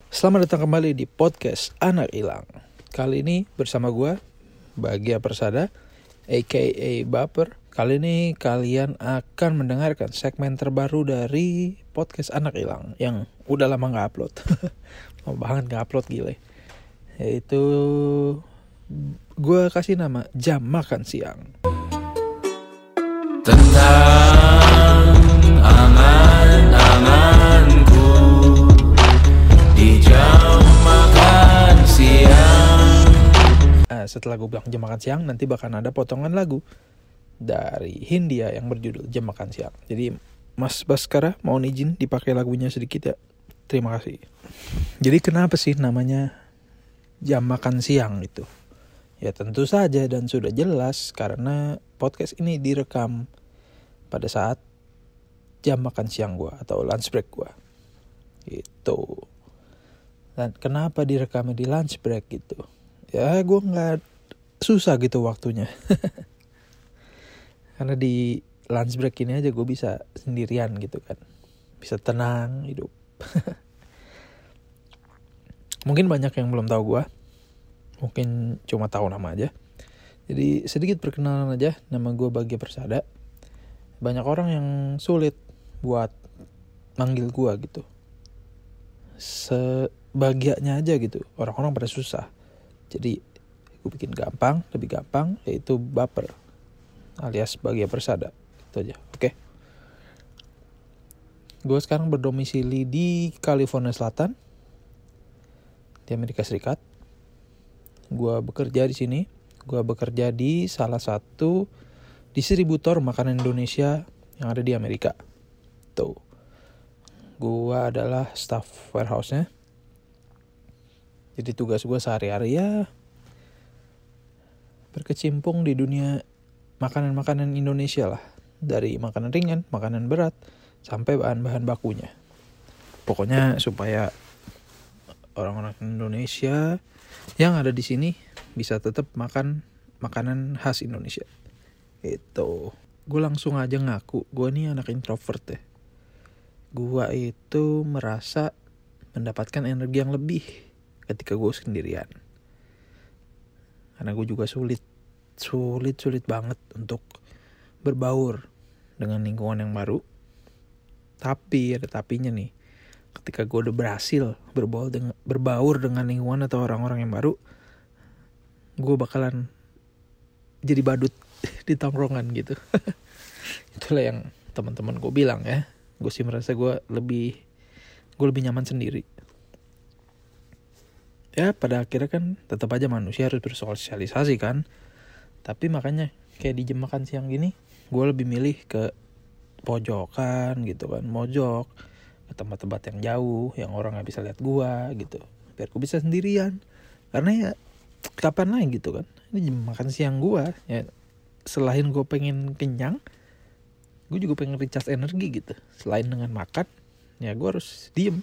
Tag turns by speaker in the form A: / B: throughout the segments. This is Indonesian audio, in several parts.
A: Selamat datang kembali di podcast Anak Hilang. Kali ini bersama gue, Bagia Persada, aka Baper. Kali ini kalian akan mendengarkan segmen terbaru dari podcast Anak Hilang yang udah lama gak upload. Lama banget gak upload, gila. Yaitu gue kasih nama Jam Makan Siang.
B: Tentang angan-anganku di jam makan siang.
A: Setelah gue bilang jam makan siang, nanti bakal ada potongan lagu dari Hindia yang berjudul Jam Makan Siang. Jadi Mas Baskara mohon izin dipakai lagunya sedikit ya. Terima kasih. Jadi kenapa sih namanya Jam Makan Siang itu? Ya tentu saja dan sudah jelas karena podcast ini direkam pada saat jam makan siang gue atau lunch break gue. Gitu. Dan kenapa direkamnya di lunch break gitu? Ya gue gak susah gitu waktunya. Karena di lunch break ini aja gue bisa sendirian gitu kan. Bisa tenang hidup. Mungkin banyak yang belum tahu gue. Mungkin cuma tahu nama aja. Jadi sedikit perkenalan aja. Nama gue Bagia Persada. Banyak orang yang sulit buat manggil gue gitu. Sebagiannya aja gitu. Orang-orang pada susah. Jadi gue bikin gampang, lebih gampang, yaitu Baper alias Bagia Persada. Itu aja, oke? Gue sekarang berdomisili di California Selatan, di Amerika Serikat. Gue bekerja di sini. Gue bekerja di salah satu distributor makanan Indonesia yang ada di Amerika. Tuh. Gue adalah staff warehouse-nya. Jadi tugas gue sehari-hari ya berkecimpung di dunia makanan-makanan Indonesia lah. Dari makanan ringan, makanan berat, sampai bahan-bahan bakunya. Pokoknya supaya orang-orang Indonesia yang ada di sini bisa tetap makan makanan khas Indonesia. Itu. Gue langsung aja ngaku, gue nih anak introvert ya. Gue itu merasa mendapatkan energi yang lebih ketika gue sendirian. Karena gue juga sulit banget untuk berbaur dengan lingkungan yang baru. Tapi ada tapinya nih. Ketika gue udah berhasil berbaur dengan lingkungan atau orang-orang yang baru, gue bakalan jadi badut di tongkrongan gitu. Itulah yang teman-teman gue bilang ya. Gue sih merasa gue lebih nyaman sendiri. Ya pada akhirnya kan tetap aja manusia harus bersosialisasi kan. Tapi makanya kayak di jam makan siang gini, gue lebih milih ke pojokan gitu kan, mojok ke tempat-tempat yang jauh, yang orang nggak bisa lihat gue gitu. Biar gue bisa sendirian. Karena ya kapan lagi gitu kan. Ini jam makan siang gue ya. Selain gue pengen kenyang, gue juga pengen recharge energi gitu. Selain dengan makan, ya gue harus diem.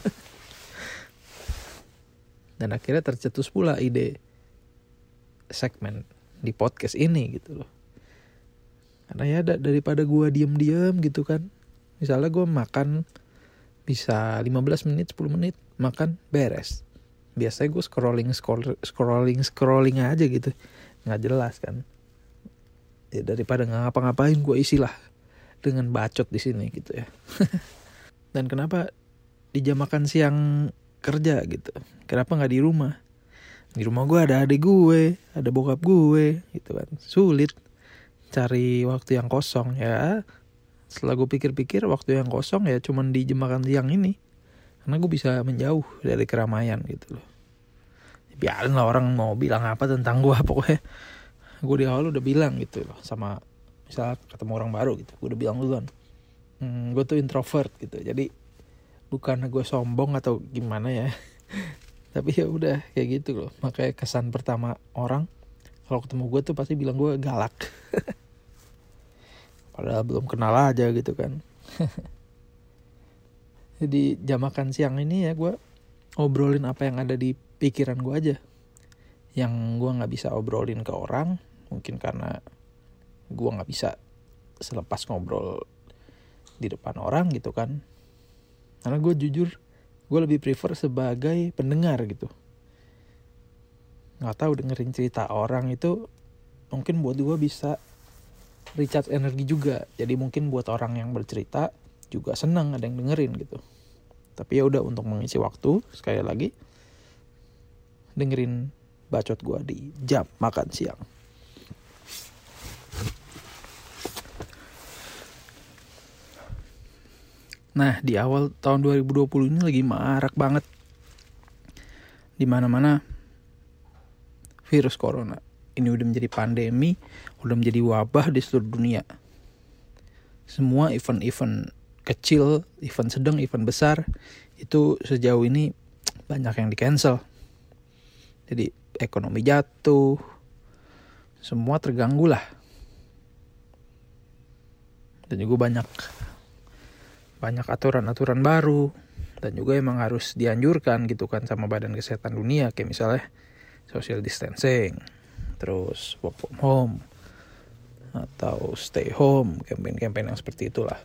A: Dan akhirnya tercetus pula ide segmen di podcast ini gitu loh. Karena ya daripada gue diem-diem gitu kan. Misalnya gue makan bisa 15 menit, 10 menit, makan beres. Biasanya gue scrolling aja gitu. Nggak jelas kan. Ya daripada nggak ngapa-ngapain gue isilah dengan bacot di sini gitu ya. Dan kenapa di jam makan siang kerja gitu? Kenapa nggak di rumah? Di rumah gue ada adik gue, ada bokap gue gitu kan. Sulit cari waktu yang kosong ya. Setelah gue pikir-pikir waktu yang kosong ya cuman di jam makan siang ini. Karena gue bisa menjauh dari keramaian gitu loh. Biarin lah orang mau bilang apa tentang gue, pokoknya gue di awal udah bilang gitu loh. Sama misal ketemu orang baru gitu, gue udah bilang duluan, gue tuh introvert gitu. Jadi bukan gue sombong atau gimana ya. Tapi ya udah kayak gitu loh. Makanya kesan pertama orang kalau ketemu gue tuh pasti bilang gue galak. Padahal belum kenal aja gitu kan. Jadi jam makan siang ini ya gue obrolin apa yang ada di pikiran gue aja. Yang gue gak bisa obrolin ke orang. Mungkin karena gue gak bisa selepas ngobrol di depan orang gitu kan. Karena gue jujur gue lebih prefer sebagai pendengar gitu. Nggak tahu, dengerin cerita orang itu mungkin buat gue bisa recharge energi juga. Jadi mungkin buat orang yang bercerita juga senang ada yang dengerin gitu. Tapi ya udah, untuk mengisi waktu, sekali lagi dengerin bacot gue di jam makan siang. Nah, di awal tahun 2020 ini lagi marak banget di mana-mana virus corona. Ini udah menjadi pandemi, udah menjadi wabah di seluruh dunia. Semua event-event kecil, event sedang, event besar, itu sejauh ini banyak yang di-cancel. Jadi ekonomi jatuh, semua terganggu lah. Dan juga banyak aturan-aturan baru, dan juga emang harus dianjurkan gitu kan sama Badan Kesehatan Dunia, kayak misalnya social distancing, terus work from home, atau stay home, campaign-campaign yang seperti itulah.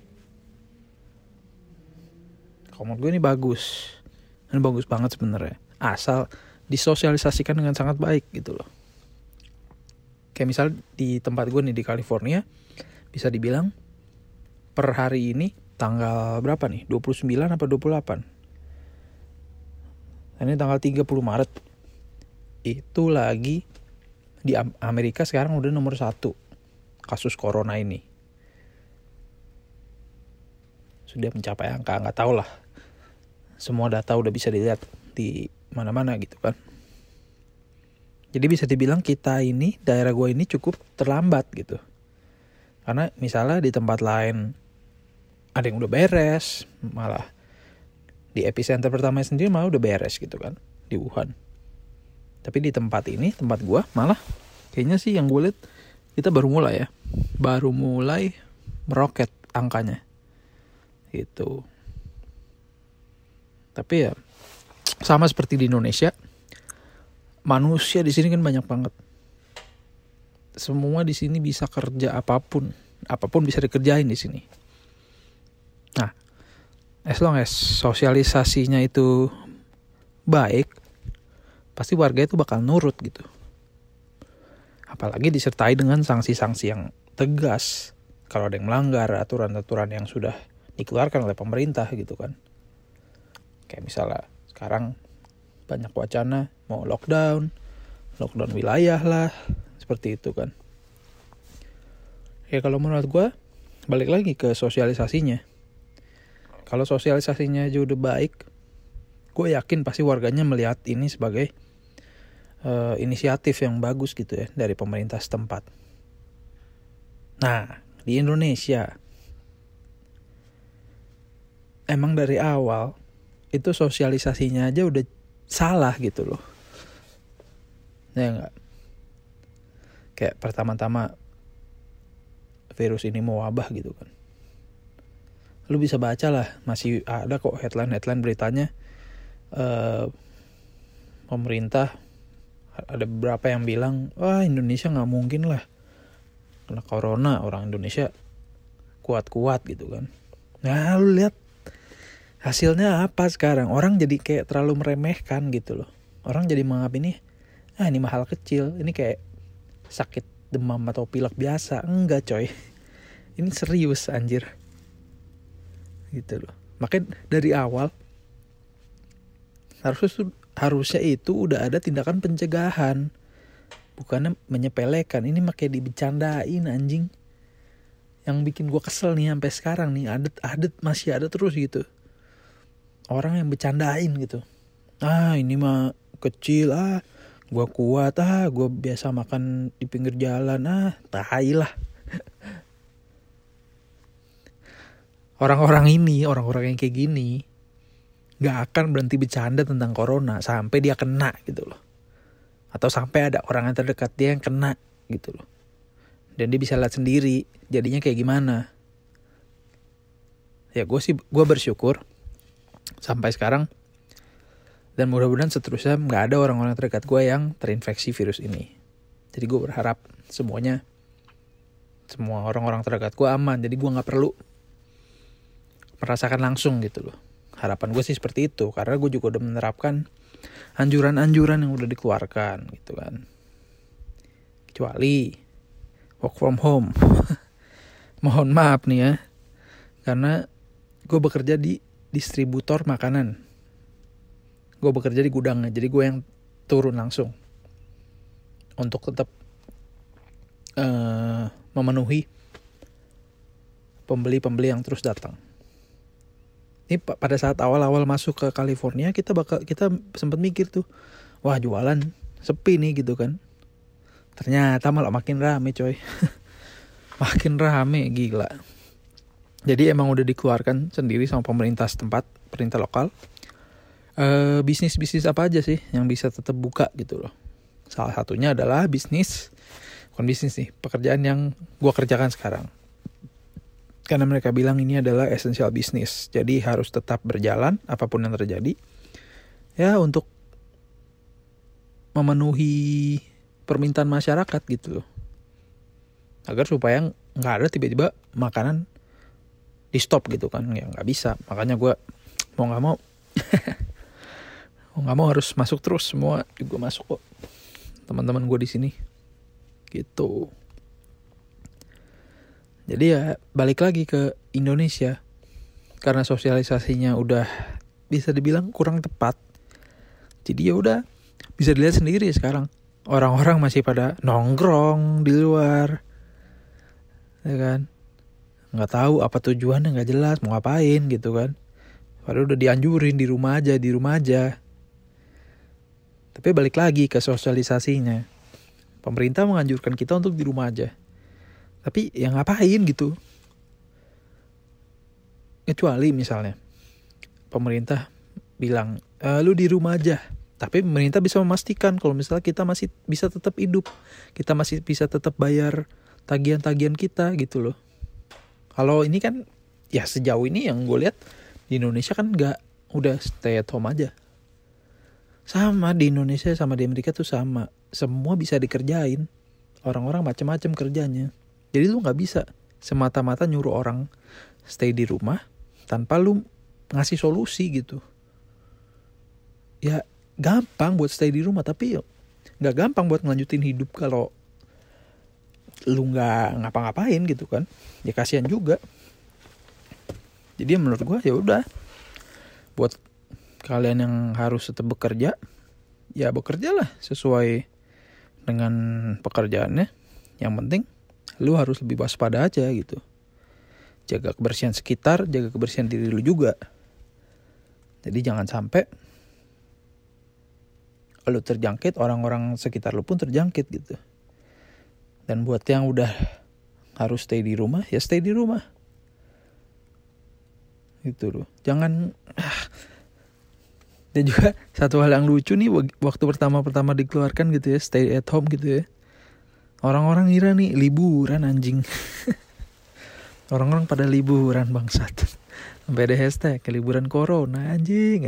A: Kalau menurut gue ini bagus banget sebenarnya, asal disosialisasikan dengan sangat baik gitu loh. Kayak misal di tempat gue nih di California, bisa dibilang per hari ini tanggal berapa nih? 29 apa 28? Ini tanggal 30 Maret. Itu lagi di Amerika sekarang udah nomor 1 kasus corona ini. Sudah mencapai angka, nggak tahu lah. Semua data udah bisa dilihat di mana-mana gitu kan. Jadi bisa dibilang kita ini, daerah gue ini cukup terlambat gitu. Karena misalnya di tempat lain ada yang udah beres, malah di epicenter pertama sendiri malah udah beres gitu kan, di Wuhan. Tapi di tempat gue malah kayaknya sih yang gue lihat kita baru mulai meroket angkanya gitu. Tapi ya sama seperti di Indonesia, manusia di sini kan banyak banget. Semua di sini bisa kerja apapun bisa dikerjain di sini. Nah, as long as sosialisasinya itu baik, pasti warga itu bakal nurut gitu. Apalagi disertai dengan sanksi-sanksi yang tegas kalau ada yang melanggar aturan-aturan yang sudah dikeluarkan oleh pemerintah gitu kan. Kayak misalnya sekarang banyak wacana mau lockdown wilayah lah, seperti itu kan. Ya kalau menurut gue, balik lagi ke sosialisasinya. Kalau sosialisasinya aja udah baik, gue yakin pasti warganya melihat ini sebagai inisiatif yang bagus gitu ya dari pemerintah setempat. Nah, di Indonesia emang dari awal itu sosialisasinya aja udah salah gitu loh. Ya enggak? Kayak pertama-tama virus ini mau wabah gitu kan. Lu bisa baca lah, masih ada kok headline beritanya. Pemerintah ada beberapa yang bilang, wah Indonesia nggak mungkin lah kena corona, orang Indonesia kuat-kuat gitu kan. Nah lu lihat hasilnya apa sekarang? Orang jadi kayak terlalu meremehkan gitu loh. Orang jadi menganggap ini mahal kecil, ini kayak sakit demam atau pilek biasa. Enggak coy, ini serius anjir gitu loh. Makanya dari awal harusnya itu udah ada tindakan pencegahan, bukannya menyepelekan. Ini makanya dibecandain anjing. Yang bikin gue kesel nih sampai sekarang nih, adet masih ada terus gitu orang yang bercandain gitu. Ini mah kecil, gue kuat, gue biasa makan di pinggir jalan, tai lah. Orang-orang yang kayak gini gak akan berhenti bercanda tentang corona sampai dia kena gitu loh. Atau sampai ada orang yang terdekat dia yang kena gitu loh. Dan dia bisa lihat sendiri jadinya kayak gimana. Ya gue bersyukur sampai sekarang, dan mudah-mudahan seterusnya gak ada orang-orang terdekat gue yang terinfeksi virus ini. Jadi gue berharap semua orang-orang terdekat gue aman. Jadi gue gak perlu merasakan langsung gitu loh Harapan gue sih seperti itu, karena gue juga udah menerapkan anjuran-anjuran yang udah dikeluarkan gitu kan. Kecuali work from home. Mohon maaf nih ya, karena gue bekerja di distributor makanan. Gue bekerja di gudangnya, jadi gue yang turun langsung untuk tetap memenuhi pembeli-pembeli yang terus datang. Ini pada saat awal-awal masuk ke California, kita sempat mikir tuh, wah jualan sepi nih gitu kan. Ternyata malah makin rame coy. Makin rame, gila. Jadi emang udah dikeluarkan sendiri sama pemerintah setempat, pemerintah lokal. Bisnis-bisnis apa aja sih yang bisa tetap buka gitu loh. Salah satunya adalah pekerjaan yang gue kerjakan sekarang. Karena mereka bilang ini adalah essential business. Jadi harus tetap berjalan apapun yang terjadi. Ya untuk memenuhi permintaan masyarakat gitu loh. Agar supaya nggak ada tiba-tiba makanan di stop gitu kan. Ya nggak bisa. Makanya gue mau nggak mau harus masuk terus. Semua juga masuk kok. Teman-teman gue di sini. Gitu. Jadi ya balik lagi ke Indonesia. Karena sosialisasinya udah bisa dibilang kurang tepat. Jadi ya udah bisa dilihat sendiri sekarang. Orang-orang masih pada nongkrong di luar. Ya kan? Nggak tahu apa tujuannya, nggak jelas mau ngapain gitu kan. Padahal udah dianjurin di rumah aja. Tapi balik lagi ke sosialisasinya. Pemerintah menganjurkan kita untuk di rumah aja. Tapi ya ngapain gitu. Kecuali misalnya pemerintah bilang, lu di rumah aja. Tapi pemerintah bisa memastikan kalau misalnya kita masih bisa tetap hidup. Kita masih bisa tetap bayar tagihan-tagihan kita gitu loh. Kalau ini kan ya sejauh ini yang gue lihat di Indonesia kan udah stay at home aja. Sama di Indonesia sama di Amerika tuh sama. Semua bisa dikerjain. Orang-orang macam-macam kerjanya. Jadi lu gak bisa semata-mata nyuruh orang stay di rumah tanpa lu ngasih solusi gitu. Ya gampang buat stay di rumah, tapi gak gampang buat ngelanjutin hidup kalau lu gak ngapa-ngapain gitu kan. Ya kasihan juga. Jadi menurut gue ya udah, buat kalian yang harus tetap bekerja, ya bekerjalah sesuai dengan pekerjaannya. Yang penting lu harus lebih waspada aja gitu. Jaga kebersihan sekitar, jaga kebersihan diri lu juga. Jadi jangan sampai lu terjangkit, orang-orang sekitar lu pun terjangkit gitu. Dan buat yang udah harus stay di rumah, ya stay di rumah. Gitu loh. Jangan Dan juga satu hal yang lucu nih, waktu pertama dikeluarkan gitu ya, stay at home gitu ya. Orang-orang ngira nih liburan anjing. Orang-orang pada liburan bangsat. Sampai ada hashtag liburan corona anjing.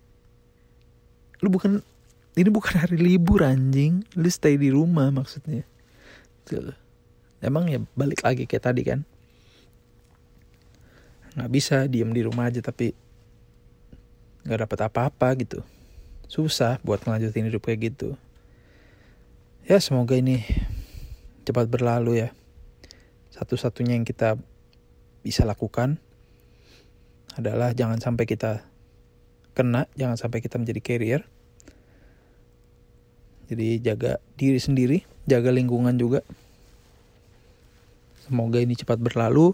A: Ini bukan hari libur anjing. Lu stay di rumah maksudnya. Tuh. Emang ya balik lagi kayak tadi kan. Nggak bisa diem di rumah aja tapi nggak dapat apa-apa gitu. Susah buat ngelanjutin hidup kayak gitu. Ya semoga ini cepat berlalu ya. Satu-satunya yang kita bisa lakukan adalah jangan sampai kita kena, jangan sampai kita menjadi carrier. Jadi jaga diri sendiri, jaga lingkungan juga. Semoga ini cepat berlalu.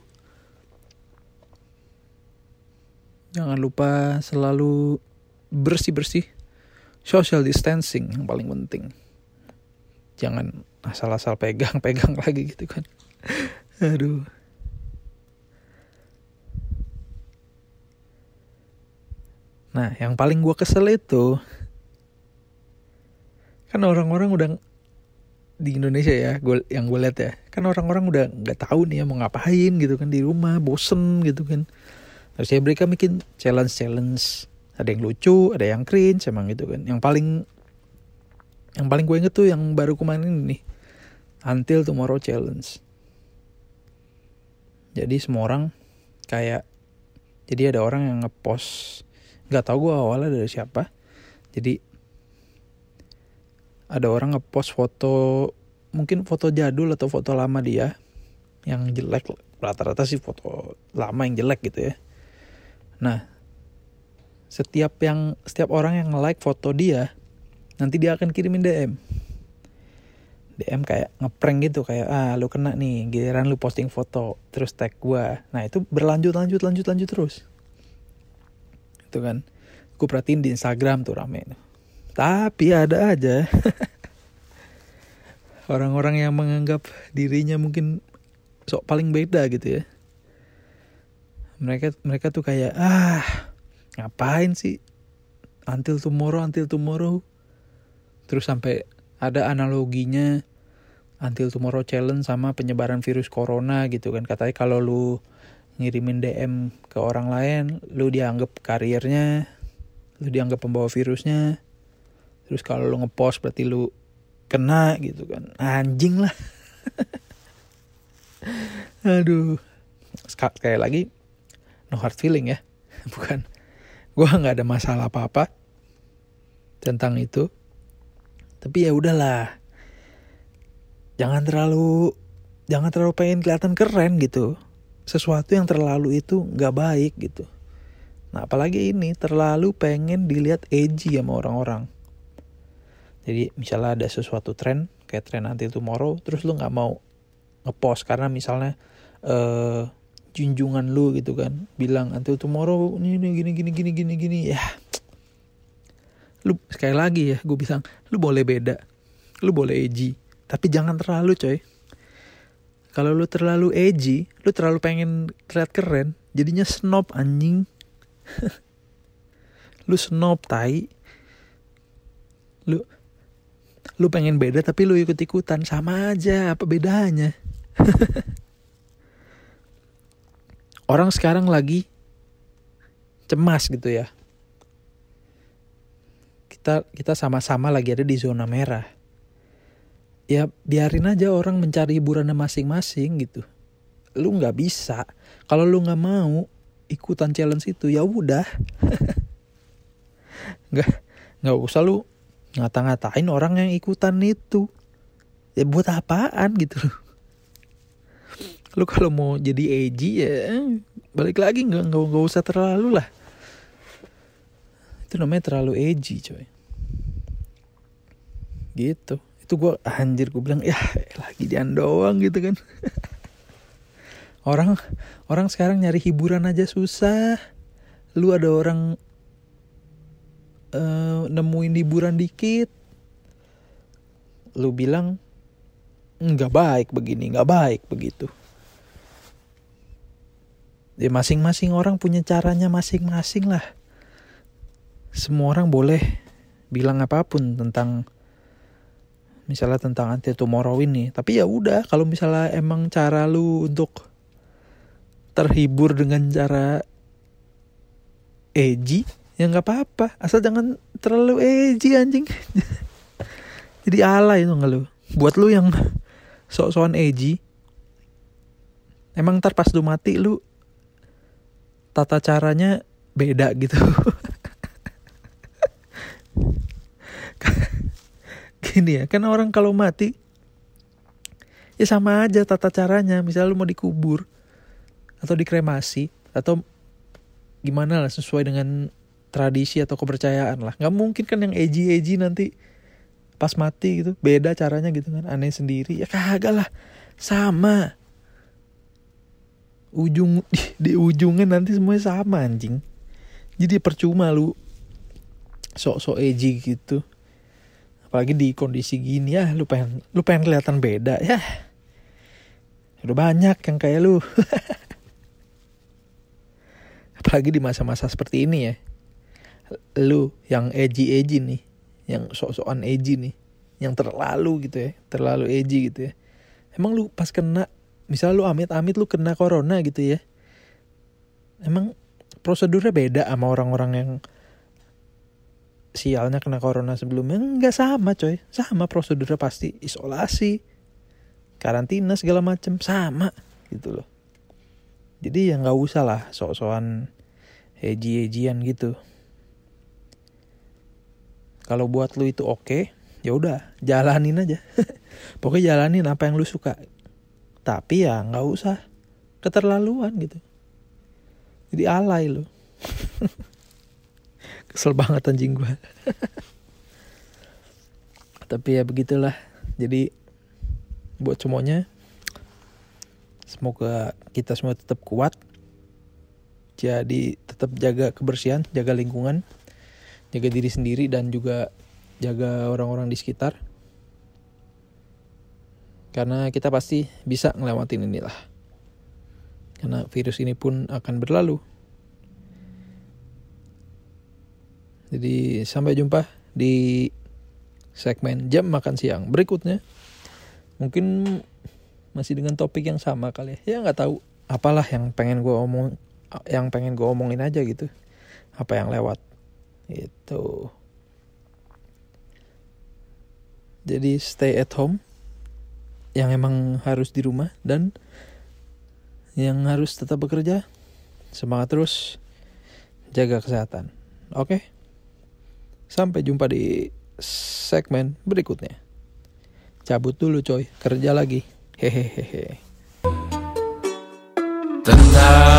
A: Jangan lupa selalu bersih-bersih. Social distancing yang paling penting. Jangan asal-asal pegang lagi gitu kan. Aduh. Nah, yang paling gue kesel itu kan orang-orang udah di Indonesia ya, yang gue lihat ya, kan orang-orang udah nggak tahu nih ya mau ngapain gitu kan di rumah, bosen gitu kan. Terus ya mereka bikin challenge, ada yang lucu, ada yang cringe emang gitu kan. Yang paling gue inget tuh yang baru kemarin ini nih, Until Tomorrow Challenge. Jadi semua orang kayak, jadi ada orang yang ngepost Nggak tahu gue awalnya dari siapa. Jadi ada orang ngepost foto, mungkin foto jadul atau foto lama dia yang jelek. Rata-rata sih foto lama yang jelek gitu ya. Nah, setiap orang yang like foto dia, nanti dia akan kirimin DM kayak ngeprank gitu, kayak lu kena nih, giliran lu posting foto terus tag gua. Nah, itu berlanjut terus. Itu kan. Gue perhatiin di Instagram tuh rame. Tapi ada aja orang-orang yang menganggap dirinya mungkin sok paling beda gitu ya. Mereka tuh kayak ngapain sih until tomorrow. Terus sampai ada analoginya until tomorrow challenge sama penyebaran virus corona gitu kan. Katanya kalau lu ngirimin DM ke orang lain, lu dianggap karirnya, lu dianggap pembawa virusnya. Terus kalau lu ngepost berarti lu kena gitu kan. Anjing lah. Aduh. Sekali lagi, no hard feeling ya. Bukan. Gue gak ada masalah apa-apa tentang itu. Tapi ya udahlah. Jangan terlalu pengen kelihatan keren gitu. Sesuatu yang terlalu itu gak baik gitu. Nah, apalagi ini terlalu pengen dilihat edgy sama orang-orang. Jadi misalnya ada sesuatu tren, kayak tren until tomorrow, terus lu gak mau ngepost karena misalnya junjungan lu gitu kan bilang until tomorrow ini gini ya. Lu sekali lagi ya gue bilang, lu boleh beda, lu boleh edgy, tapi jangan terlalu coy. Kalau lu terlalu edgy, lu terlalu pengen kelihatan keren, jadinya snob anjing. Lu snob tai. Lu pengen beda tapi lu ikut-ikutan, sama aja, apa bedanya? Orang sekarang lagi cemas gitu ya. Kita sama-sama lagi ada di zona merah. Ya biarin aja orang mencari hiburannya masing-masing gitu. Lu nggak bisa. Kalau lu nggak mau ikutan challenge itu, ya udah. Nggak usah lu ngata-ngatain orang yang ikutan itu. Ya buat apaan gitu. Lu kalau mau jadi edgy ya balik lagi, nggak usah terlalu lah. Itu namanya terlalu edgy coy. Gitu. Itu gue bilang ya lagi dian doang gitu kan. Orang sekarang nyari hiburan aja susah. Lu ada orang nemuin hiburan dikit, lu bilang nggak baik begini, nggak baik begitu. Ya masing-masing orang punya caranya masing-masing lah. Semua orang boleh bilang apapun tentang misalnya tentang until tomorrow ini. Tapi ya udah, kalau misalnya emang cara lu untuk terhibur dengan cara edgy, ya nggak apa-apa, asal jangan terlalu edgy anjing. Jadi alay tuh nggak lu. Buat lu yang sok-sokan edgy, emang ntar pas lu mati lu tata caranya beda gitu. Gini ya, kan orang kalau mati ya sama aja tata caranya. Misalnya lu mau dikubur atau dikremasi atau gimana lah, sesuai dengan tradisi atau kepercayaan lah. Nggak mungkin kan yang edgy nanti pas mati gitu beda caranya gitu kan, aneh sendiri. Ya kagak lah, sama. Di ujungnya nanti semuanya sama anjing. Jadi percuma lu sok-sok edgy gitu. Apalagi di kondisi gini ya, lu pengen kelihatan beda ya. Udah banyak yang kayak lu. Apalagi di masa-masa seperti ini ya. Lu yang edgy nih, yang sok-sokan edgy nih, yang terlalu gitu ya, terlalu edgy gitu ya. Emang lu pas kena, misal lu amit-amit lu kena corona gitu ya, emang prosedurnya beda sama orang-orang yang sialnya kena corona sebelumnya? Enggak, sama coy, sama prosedurnya pasti. Isolasi, karantina segala macem, sama gitu loh. Jadi ya gak usah lah sok-sokan edgy-edgyan gitu. Kalau buat lu itu oke, ya udah jalanin aja. Pokoknya jalanin apa yang lu suka. Tapi ya nggak usah keterlaluan gitu. Jadi alay lu. Kesel banget anjing gue. Tapi ya begitulah. Jadi buat semuanya, semoga kita semua tetap kuat. Jadi tetap jaga kebersihan, jaga lingkungan, jaga diri sendiri dan juga jaga orang-orang di sekitar. Karena kita pasti bisa ngelewatin inilah. Karena virus ini pun akan berlalu. Jadi sampai jumpa di segmen jam makan siang berikutnya. Mungkin masih dengan topik yang sama kali ya. Ya nggak tahu. Apalah yang pengen gue omongin aja gitu. Apa yang lewat. Itu. Jadi stay at home. Yang emang harus di rumah dan yang harus tetap bekerja, semangat terus, jaga kesehatan. Oke? Sampai jumpa di segmen berikutnya. Cabut dulu coy, kerja lagi. Hehehehe.
B: Tentang